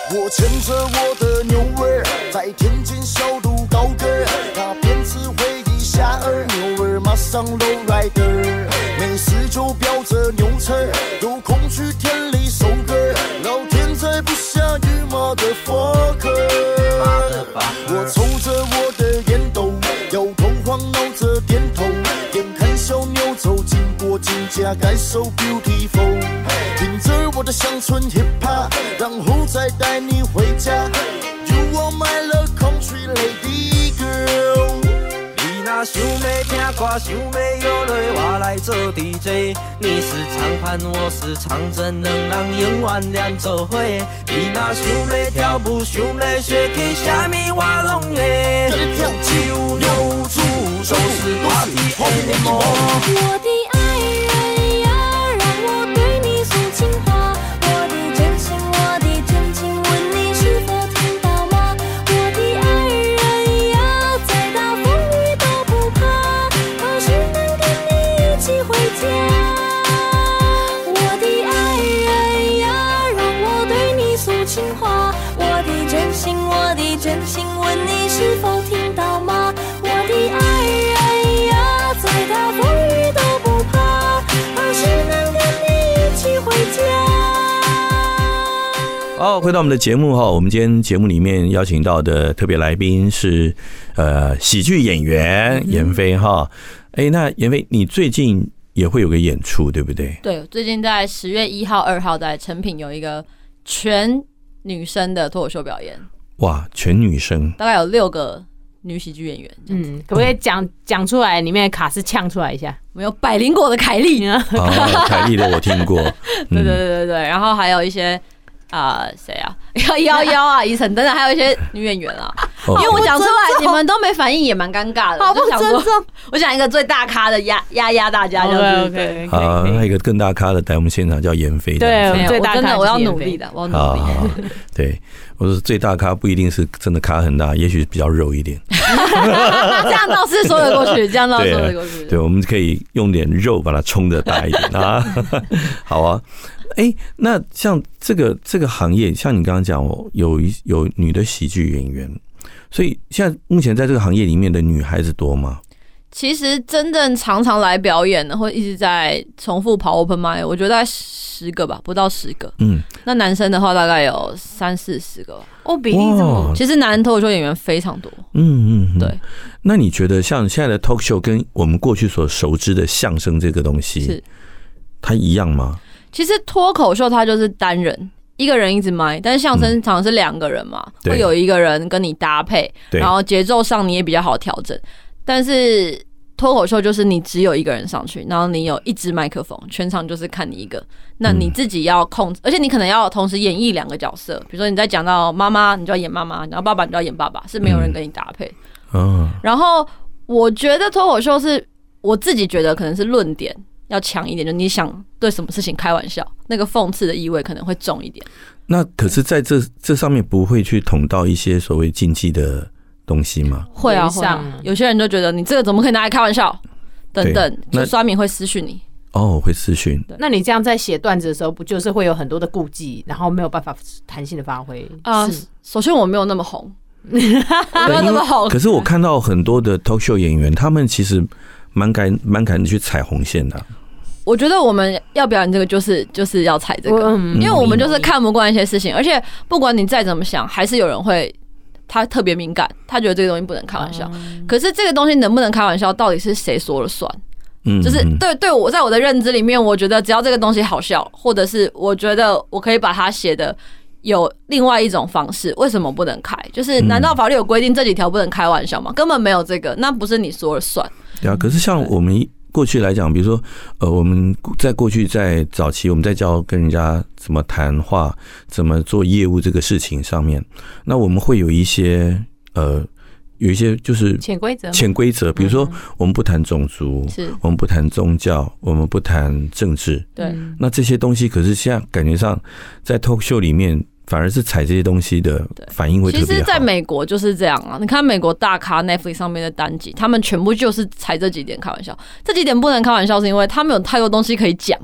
我牵着我的牛儿，在天津小路高歌，那鞭子挥一下儿，牛儿马上露 rider， 没事就飙着牛车，有空去田里收割，老天在不下雨马的佛克。我抽着我的烟斗，摇头晃脑着点头，眼看小牛走经过金家盖 so beautiful， 听着我的乡村 hip hop， 然后再带你回家。You are my love country lady girl。你那想要听歌，想要摇落，我来做 D J。你是唱盘，我是唱针，两人永远连做伙。你那想要跳舞，想要学起什么我拢会。酒牛猪都是我的爱慕。我的爱人呀，让我对你诉情话。我的真心，我的真情，问你是否听到吗？我的爱人呀，再大风雨都不怕，要是能跟你一起回家。我的爱人呀，让我对你诉情话。我的真心，我的真心，问你是否听到吗？我的爱人呀，再大风雨都不怕，要是能跟你一起回家。 好，回到我们的节目哈，我们今天节目里面邀请到的特别来宾是呃喜剧演员闫飞哈。哎、欸，那闫飞，你最近也会有个演出，对不对？ 对，最近在十月一号、二号在成品有一个全女生的脱口秀表演。哇， 全女生， 大概有六个女喜剧演员。 嗯，可不可以讲讲出来里面的卡司呛出来一下？ 我们有百灵果的凯莉呢， 哦，凯莉的我听过。 对对对对对，然后还有一些。啊，谁啊？幺幺啊，宜晨等等，还有一些女演员啊。因为我讲出来，你们都没反应，也蛮尴尬的。 好不尊重。 我想一个最大咖的压压压大家，就是 OK。 好，还有一个更大咖的来我们现场叫闫飞。 对，最大咖真的我要努力的，我要努力。 对，我说最大咖不一定是真的咖很大，也许比较肉一点。 这样倒是说得过去，这样倒是说得过去。 对，我们可以用点肉把它冲得大一点啊。好啊。哎、欸，那像这个这个行业，像你刚刚讲哦，有有女的喜剧演员，所以现在目前在这个行业里面的女孩子多吗？ 其实真正常常来表演的，或一直在重复跑 open mic， 我觉得大概十个吧，不到十个。嗯，那男生的话大概有三四十个吧。 哦，比例这么， 其实男脱口秀演员非常多。 嗯嗯， 对。 那你觉得像现在的 talk show 跟我们过去所熟知的相声这个东西，是它一样吗？ 其实脱口秀它就是单人，一个人一直麦，但是相声常常是两个人嘛，嗯、会有一个人跟你搭配，然后节奏上你也比较好调整。但是脱口秀就是你只有一个人上去，然后你有一支麦克风，全场就是看你一个，那你自己要控制，而且你可能要同时演绎两个角色，比如说你在讲到妈妈，你就要演妈妈，然后爸爸你就要演爸爸，是没有人跟你搭配。嗯，然后我觉得脱口秀是我自己觉得可能是论点要强一点，就你想对什么事情开玩笑，那个讽刺的意味可能会重一点。 那可是在这这上面不会去捅到一些所谓禁忌的东西吗？ 会啊，会啊。有些人就觉得你这个怎么可以拿来开玩笑，等等，就酸民会私讯你。 哦，会私讯。 那你这样在写段子的时候，不就是会有很多的顾忌，然后没有办法弹性的发挥？ 啊、呃，首先我没有那么红，我没有那么红。 可是我看到很多的 talk show 演员，他们其实蛮敢蛮敢去踩红线的、啊。 我觉得我们要表演这个，就是就是要踩这个，因为我们就是看不惯一些事情，而且不管你再怎么想，还是有人会他特别敏感，他觉得这个东西不能开玩笑。可是这个东西能不能开玩笑，到底是谁说了算？就是对对我在我的认知里面，我觉得只要这个东西好笑，或者是我觉得我可以把它写的有另外一种方式，为什么不能开？就是难道法律有规定这几条不能开玩笑吗？根本没有这个，那不是你说了算。 对啊，可是像我们过去来讲，比如说，呃，我们在过去在早期我们在教跟人家怎么谈话、怎么做业务这个事情上面，那我们会有一些呃。有一些就是潜规则， 潜规则，比如说我们不谈种族，是我们不谈宗教，我们不谈政治， 对。 那这些东西，可是现在感觉上在 talk show 里面，反而是踩这些东西的反应会特别好。 其实在美国就是这样啊，你看美国大咖 Netflix 上面的单集，他们全部就是踩这几点开玩笑。这几点不能开玩笑，是因为他们有太多东西可以讲。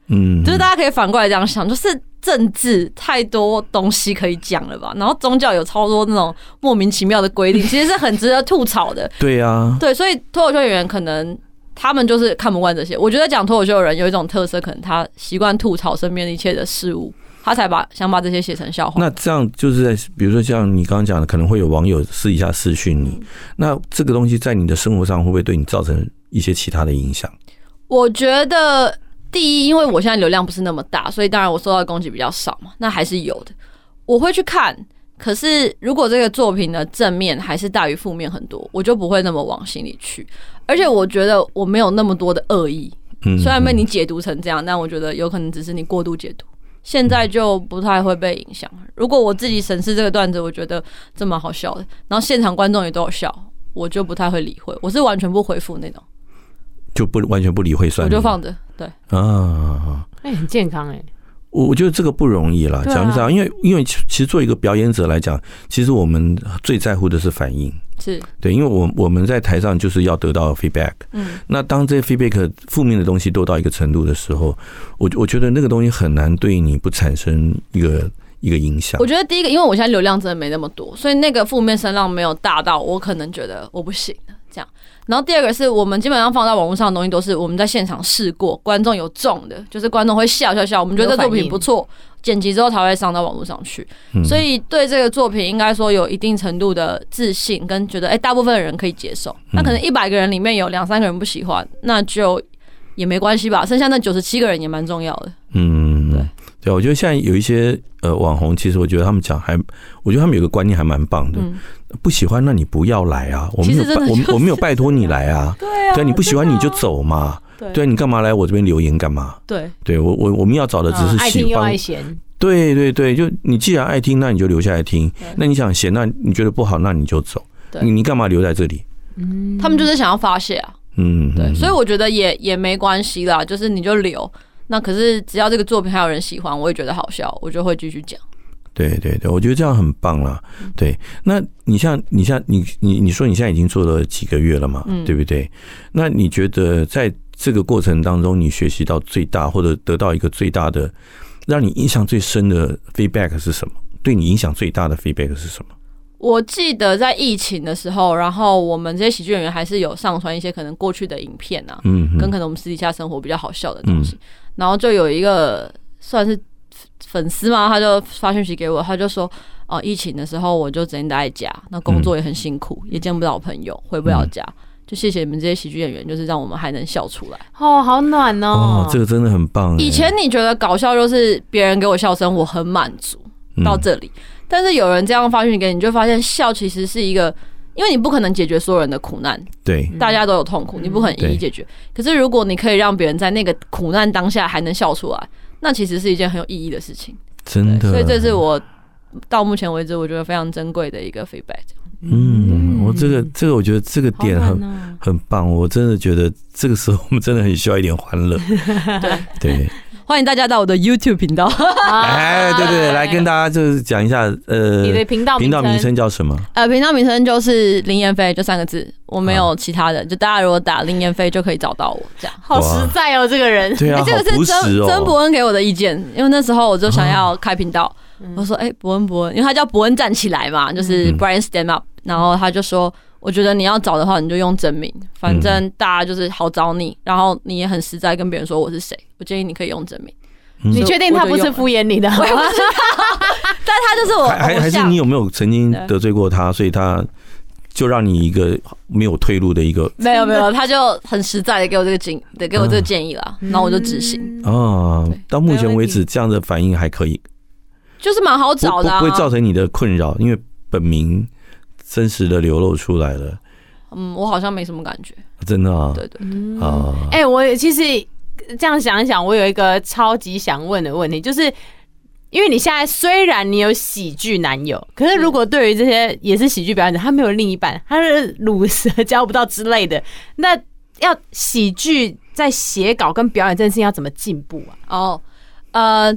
嗯，就是大家可以反过来这样想，就是政治太多东西可以讲了吧，然后宗教有超多那种莫名其妙的规定，其实是很值得吐槽的。 对啊， 对，所以脱口秀演员可能他们就是看不惯这些。我觉得讲脱口秀的人有一种特色，可能他习惯吐槽身边一切的事物。他才把想把这些写成笑话。 那这样就是在比如说像你刚刚讲的，可能会有网友私底下私讯你，那这个东西在你的生活上会不会对你造成一些其他的影响？ 我觉得第一，因为我现在流量不是那么大，所以当然我受到的攻击比较少嘛，那还是有的，我会去看。可是如果这个作品的正面还是大于负面很多，我就不会那么往心里去。而且我觉得我没有那么多的恶意，虽然被你解读成这样，但我觉得有可能只是你过度解读。现在就不太会被影响。如果我自己审视这个段子，我觉得这蛮好笑的，然后现场观众也都有笑，我就不太会理会，我是完全不回复那种， 就不完全不理会算， 我就放着。对啊， 那、欸、很健康哎、欸。 我觉得这个不容易啦，讲一讲，因为因为其实做一个表演者来讲，其实我们最在乎的是反应， 是对，因为我我们在台上就是要得到 feedback， 嗯，那当这些 feedback 负面的东西多到一个程度的时候，我我觉得那个东西很难对你不产生一个一个影响。 我觉得第一个，因为我现在流量真的没那么多，所以那个负面声浪没有大到我可能觉得我不行了这样。然后第二个是我们基本上放在网络上的东西都是我们在现场试过，观众有中的，就是观众会笑笑笑，我们觉得这作品不错，剪辑之后才会上到网络上去。所以对这个作品应该说有一定程度的自信，跟觉得哎、欸，大部分的人可以接受。那可能一百个人里面有两三个人不喜欢，那就也没关系吧，剩下那九十七个人也蛮重要的。嗯，对。 对，我觉得现在有一些呃网红，其实我觉得他们讲还，我觉得他们有个观念还蛮棒的。嗯、不喜欢那你不要来啊，我没有拜、就是、我我没有拜托你来啊。 对啊， 对，你不喜欢你就走嘛。对，对你干嘛来我这边留言干嘛？ 对， 对我我我们要找的只是喜欢。嗯、 爱听又爱嫌。 对对对，就你既然爱听，那你就留下来听。那你想嫌，那你觉得不好，那你就走。你你干嘛留在这里？ 嗯，他们就是想要发泄啊。嗯，对，所以我觉得也也没关系啦，就是你就留。那可是只要这个作品还有人喜欢，我也觉得好笑，我就会继续讲。 对对对，我觉得这样很棒啦。对，那你像你像你你你说你现在已经做了几个月了嘛，嗯、对不对？那你觉得在这个过程当中，你学习到最大或者得到一个最大的，让你印象最深的 feedback 是什么？对你影响最大的 feedback 是什么？ 我记得在疫情的时候，然后我们这些喜剧演员还是有上传一些可能过去的影片啊，嗯，跟可能我们私底下生活比较好笑的东西。嗯、然后就有一个算是粉丝嘛，他就发讯息给我，他就说：“哦、呃，疫情的时候我就整天待在家，那工作也很辛苦，嗯、也见不到朋友，回不了家。嗯、就谢谢你们这些喜剧演员，就是让我们还能笑出来。” 哦，好暖哦！ 哦，这个真的很棒。 以前你觉得搞笑就是别人给我笑声，我很满足到这里。嗯，但是有人这样发讯息给你，你就发现笑其实是一个，因为你不可能解决所有人的苦难， 对， 大家都有痛苦，你不可能一一解决。可是如果你可以让别人在那个苦难当下还能笑出来，那其实是一件很有意义的事情， 真的。 所以这是我到目前为止我觉得非常珍贵的一个 feedback。 嗯，我这个这个我觉得这个点很、哦、很棒，我真的觉得这个时候我们真的很需要一点欢乐。 对对。 欢迎大家到我的 YouTube 频道。 哎，对对，来跟大家就是讲一下，呃， 你的频道频道名称叫什么？ 呃，频道名称就是林妍霏，就三个字，我没有其他的，啊、就大家如果打林妍霏就可以找到我，这样。 好实在哦，这个人。 对啊， 欸、这个是曾哦、 曾伯恩给我的意见，因为那时候我就想要开频道，啊、我说，哎、欸，伯恩伯恩，因为他叫伯恩站起来嘛，就是 Brian Stand Up，、嗯、然后他就说。我觉得你要找的话，你就用真名，反正大家就是好找你，然后你也很实在跟别人说我是谁。我建议你可以用真名。 嗯、你确定他不是敷衍你的？ 我也不知道，但他就是我。 还还是你有没有曾经得罪过他，所以他就让你一个没有退路的一个？ 没有没有，他就很实在的给我这个建，的给我这个建议啦，嗯、然后我就执行。 哦，到目前为止这样的反应还可以， 就是蛮好找的、啊， 不会造成你的困扰，因为本名。真实的流露出来了， 嗯，我好像没什么感觉， 真的啊， 对对啊，哎、欸，我其实这样想一想，我有一个超级想问的问题，就是因为你现在虽然你有喜剧男友，可是如果对于这些也是喜剧表演者，他没有另一半，他是乳蛇交不到之类的，那要喜剧在写稿跟表演这件事情要怎么进步啊？ 哦，呃。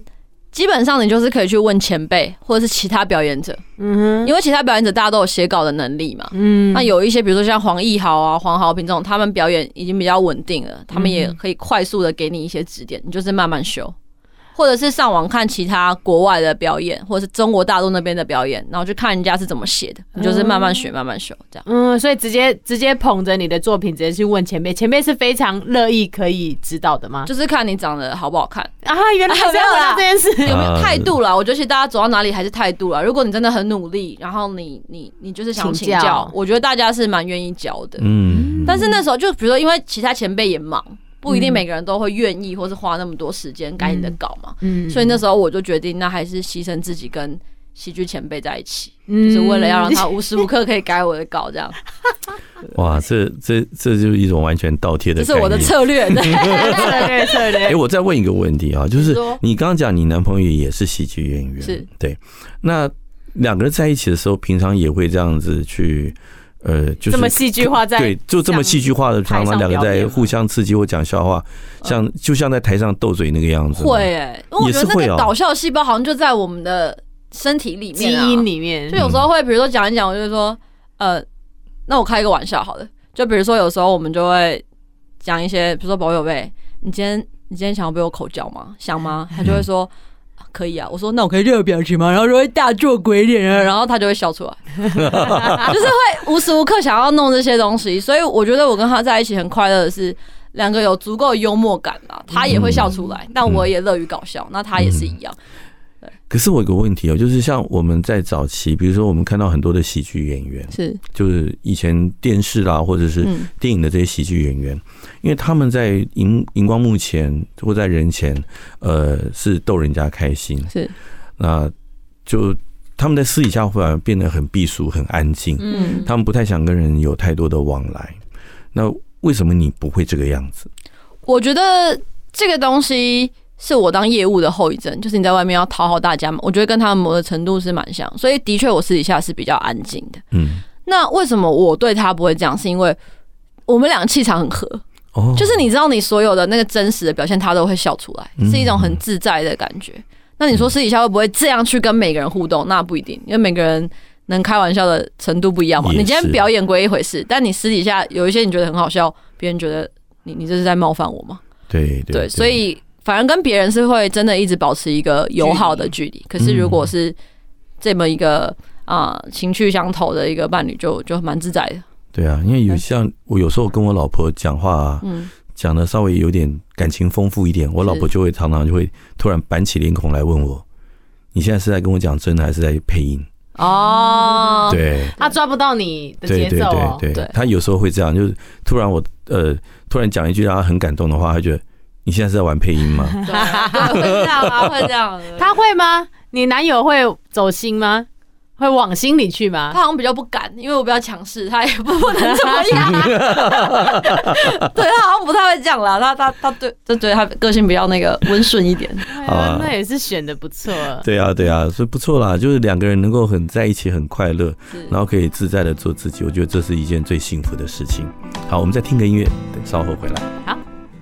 基本上你就是可以去问前辈或者是其他表演者，嗯哼，因为其他表演者大家都有写稿的能力嘛，嗯，那有一些比如说像黄义豪啊、黄豪平这种，他们表演已经比较稳定了，他们也可以快速的给你一些指点，你就是慢慢修。或者是上网看其他国外的表演，或者是中国大陆那边的表演，然后去看人家是怎么写的，你就是慢慢学、慢慢修这样。嗯， 所以直接直接捧着你的作品，直接去问前辈，前辈是非常乐意可以指导的吗？ 就是看你长得好不好看啊，原来还是要问到这件事， 有没有态度啦？我觉得其实大家走到哪里还是态度啦。如果你真的很努力，然后你你你就是想请教，请教我觉得大家是蛮愿意教的。嗯，但是那时候就比如说，因为其他前辈也忙。不一定每个人都会愿意，或是花那么多时间改你的稿嘛。嗯，所以那时候我就决定，那还是牺牲自己跟喜剧前辈在一起，嗯、就是为了要让他无时无刻可以改我的稿，这样。 哇，这这这就是一种完全倒贴的概念， 这是我的策略，对策略策略。 哎，我再问一个问题啊，就是你刚刚讲你男朋友也是喜剧演员， 是对，那两个人在一起的时候，平常也会这样子去。呃，就是这么戏剧化在， 对，就这么戏剧化的，常常两个在互相刺激或讲笑话，像就像在台上斗嘴那个样子。 会哎，因为我觉得那个搞笑细胞好像就在我们的身体里面、 基因里面。 就有时候会，比如说讲一讲，我就说，呃，那我开一个玩笑好了，就比如说有时候我们就会讲一些，比如说宝贝，你今天你今天想要被我口交吗？想吗？他就会说。可以啊，我说那我可以这个表情吗？然后就会大做鬼脸啊，然后他就会笑出来，就是会无时无刻想要弄这些东西，所以我觉得我跟他在一起很快乐的是两个有足够的幽默感啊，他也会笑出来，嗯、但我也乐于搞笑，嗯、那他也是一样。对。 可是我有个问题哦，就是像我们在早期，比如说我们看到很多的喜剧演员， 是就是以前电视啦或者是电影的这些喜剧演员。嗯因为他们在荧荧光幕前或在人前，呃，是逗人家开心， 是， 那就他们在私底下反而变得很避俗、很安静，嗯，他们不太想跟人有太多的往来。那为什么你不会这个样子？ 我觉得这个东西是我当业务的后遗症，就是你在外面要讨好大家嘛，我觉得跟他们某个程度是蛮像，所以的确我私底下是比较安静的，嗯。那为什么我对他不会这样？是因为我们两个气场很合。就是你知道，你所有的那个真实的表现，他都会笑出来，是一种很自在的感觉。那你说私底下会不会这样去跟每个人互动？那不一定，因为每个人能开玩笑的程度不一样嘛。你今天表演归一回事，但你私底下有一些你觉得很好笑，别人觉得你你这是在冒犯我吗？ 对 对, 对，所以反而跟别人是会真的一直保持一个友好的距离。可是如果是这么一个啊、呃、情趣相投的一个伴侣就，就就蛮自在的。 对啊，因为有像我有时候跟我老婆讲话、啊，嗯，讲的稍微有点感情丰富一点，我老婆就会常常就会突然板起脸孔来问我，你现在是在跟我讲真的还是在配音？哦，对， 他抓不到你的节奏、哦， 对对 对, 对, 对，他有时候会这样，就是突然我呃突然讲一句让他很感动的话，他觉得你现在是在玩配音吗？ 对，会这样啊，会这样， 他会吗？你男友会走心吗？会往心里去吗？ 他好像比较不敢，因为我比较强势，他也不能这么样。对，他好像不太会这样啦，他他他对，就觉得他个性比较那个温顺一点。 啊，那也是选的不错。 对啊，对啊，所以不错啦，就是两个人能够很在一起，很快乐，然后可以自在的做自己，我觉得这是一件最幸福的事情。好，我们再听个音乐，等稍后回来。 好。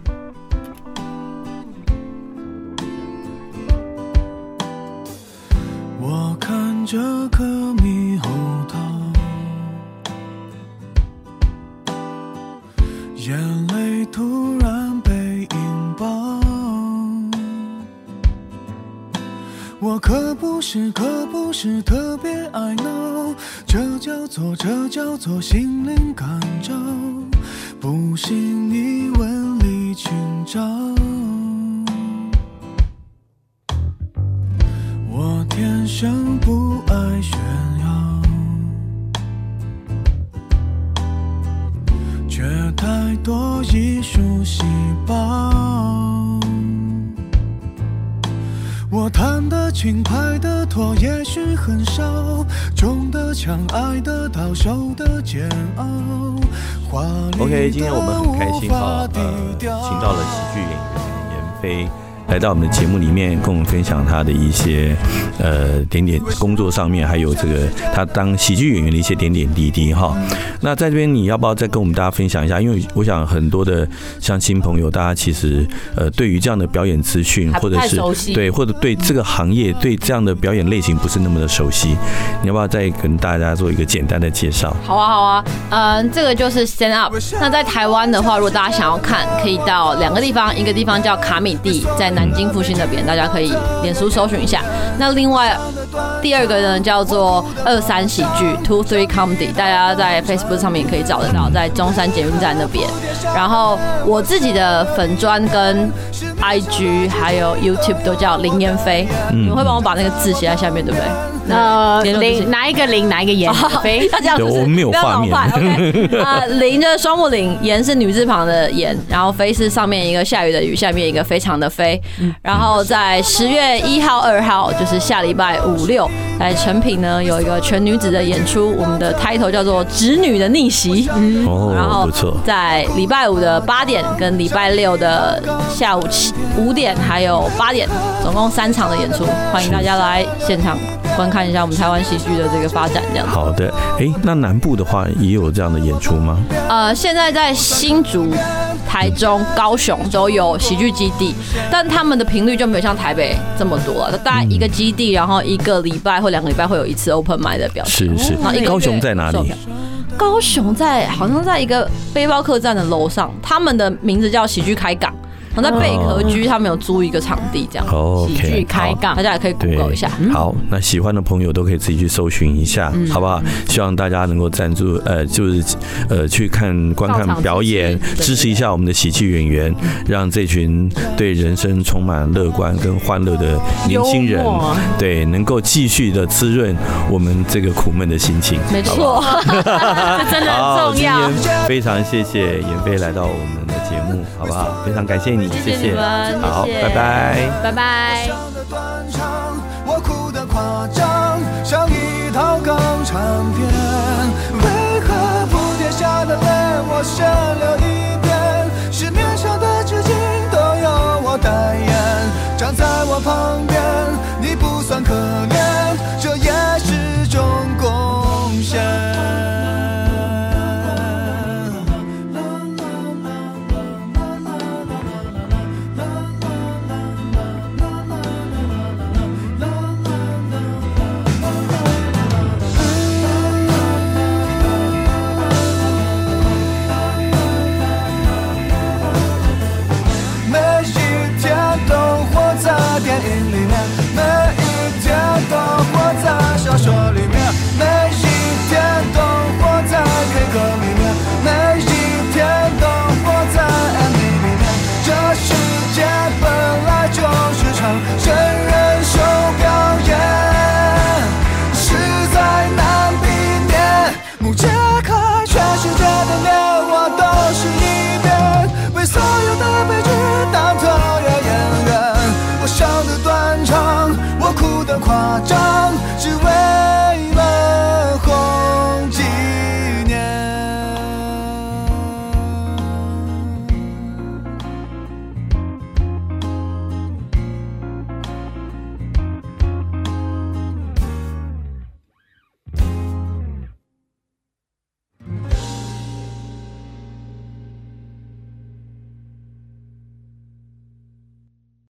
我看着颗猕猴桃，眼泪突然被引爆。我可不是可不是特别爱闹，这叫做这叫做心灵感召，不信你问李清照。我天生不爱炫耀，却太多艺术细胞。我弹得轻拍得脱也许很少，重的强爱得到手的煎熬。 OK， 今天我们很开心哈，呃，请到了喜剧演员闫飞来到我们的节目里面，跟我们分享他的一些呃点点工作上面，还有这个他当喜剧演员的一些点点滴滴哈。那在这边你要不要再跟我们大家分享一下？因为我想很多的乡亲朋友，大家其实呃对于这样的表演资讯，或者是对或者对这个行业对这样的表演类型不是那么的熟悉，你要不要再跟大家做一个简单的介绍？ 好啊，好啊，嗯，这个就是 stand up。那在台湾的话，如果大家想要看，可以到两个地方，一个地方叫卡米蒂，在南京复兴那边，大家可以脸书搜寻一下。那另外第二个呢，叫做二三喜剧 two three comedy， 大家在 Facebook 上面也可以找得到，在中山捷运站那边。然后我自己的粉专跟 I G 还有 YouTube 都叫林妍霏，你们会帮我把那个字写在下面，对不对？ 呃，林哪一个林哪一个妍霏？ 要这样子， 我们没有画面。 OK， 啊，林就是双木林，妍是女字旁的妍，然后霏是上面一个下雨的雨，下面一个非常的霏。然后在十月一号、二号，就是下礼拜五六，在成品呢有一个全女子的演出，我们的 title 叫做《侄女的逆袭》。 哦， 然后不错。 在礼拜五的八点跟礼拜六的下午五点还有八点，总共三场的演出，欢迎大家来现场观看一下我们台湾喜剧的这个发展，这样子。 好的，哎，那南部的话也有这样的演出吗？ 呃，现在在新竹、台中、高雄都有喜剧基地，但他们的频率就没有像台北这么多了。大概一个基地，然后一个礼拜或两个礼拜会有一次 open mic 的表演。 是是。 然后高雄在哪里？ 高雄在好像在一个背包客栈的楼上，他们的名字叫喜剧开港。我在贝壳居，他们有租一个场地，这样。 OK， 喜剧开港， 大家也可以 Google 一下。 好，那喜欢的朋友都可以自己去搜寻一下，嗯、好不好？希望大家能够赞助，呃，就是呃去看观看表演，支持一下我们的喜剧演员，让这群对人生充满乐观跟欢乐的年轻人，对，能够继续的滋润我们这个苦闷的心情。 没错， 这真的很重要。 今天非常谢谢妍霏来到我们的节目，好不好？非常感谢你。 谢谢你们， 好，拜拜， 拜拜。 我哭得夸张，像一套港产片，为何不跌下的泪，我先流一遍。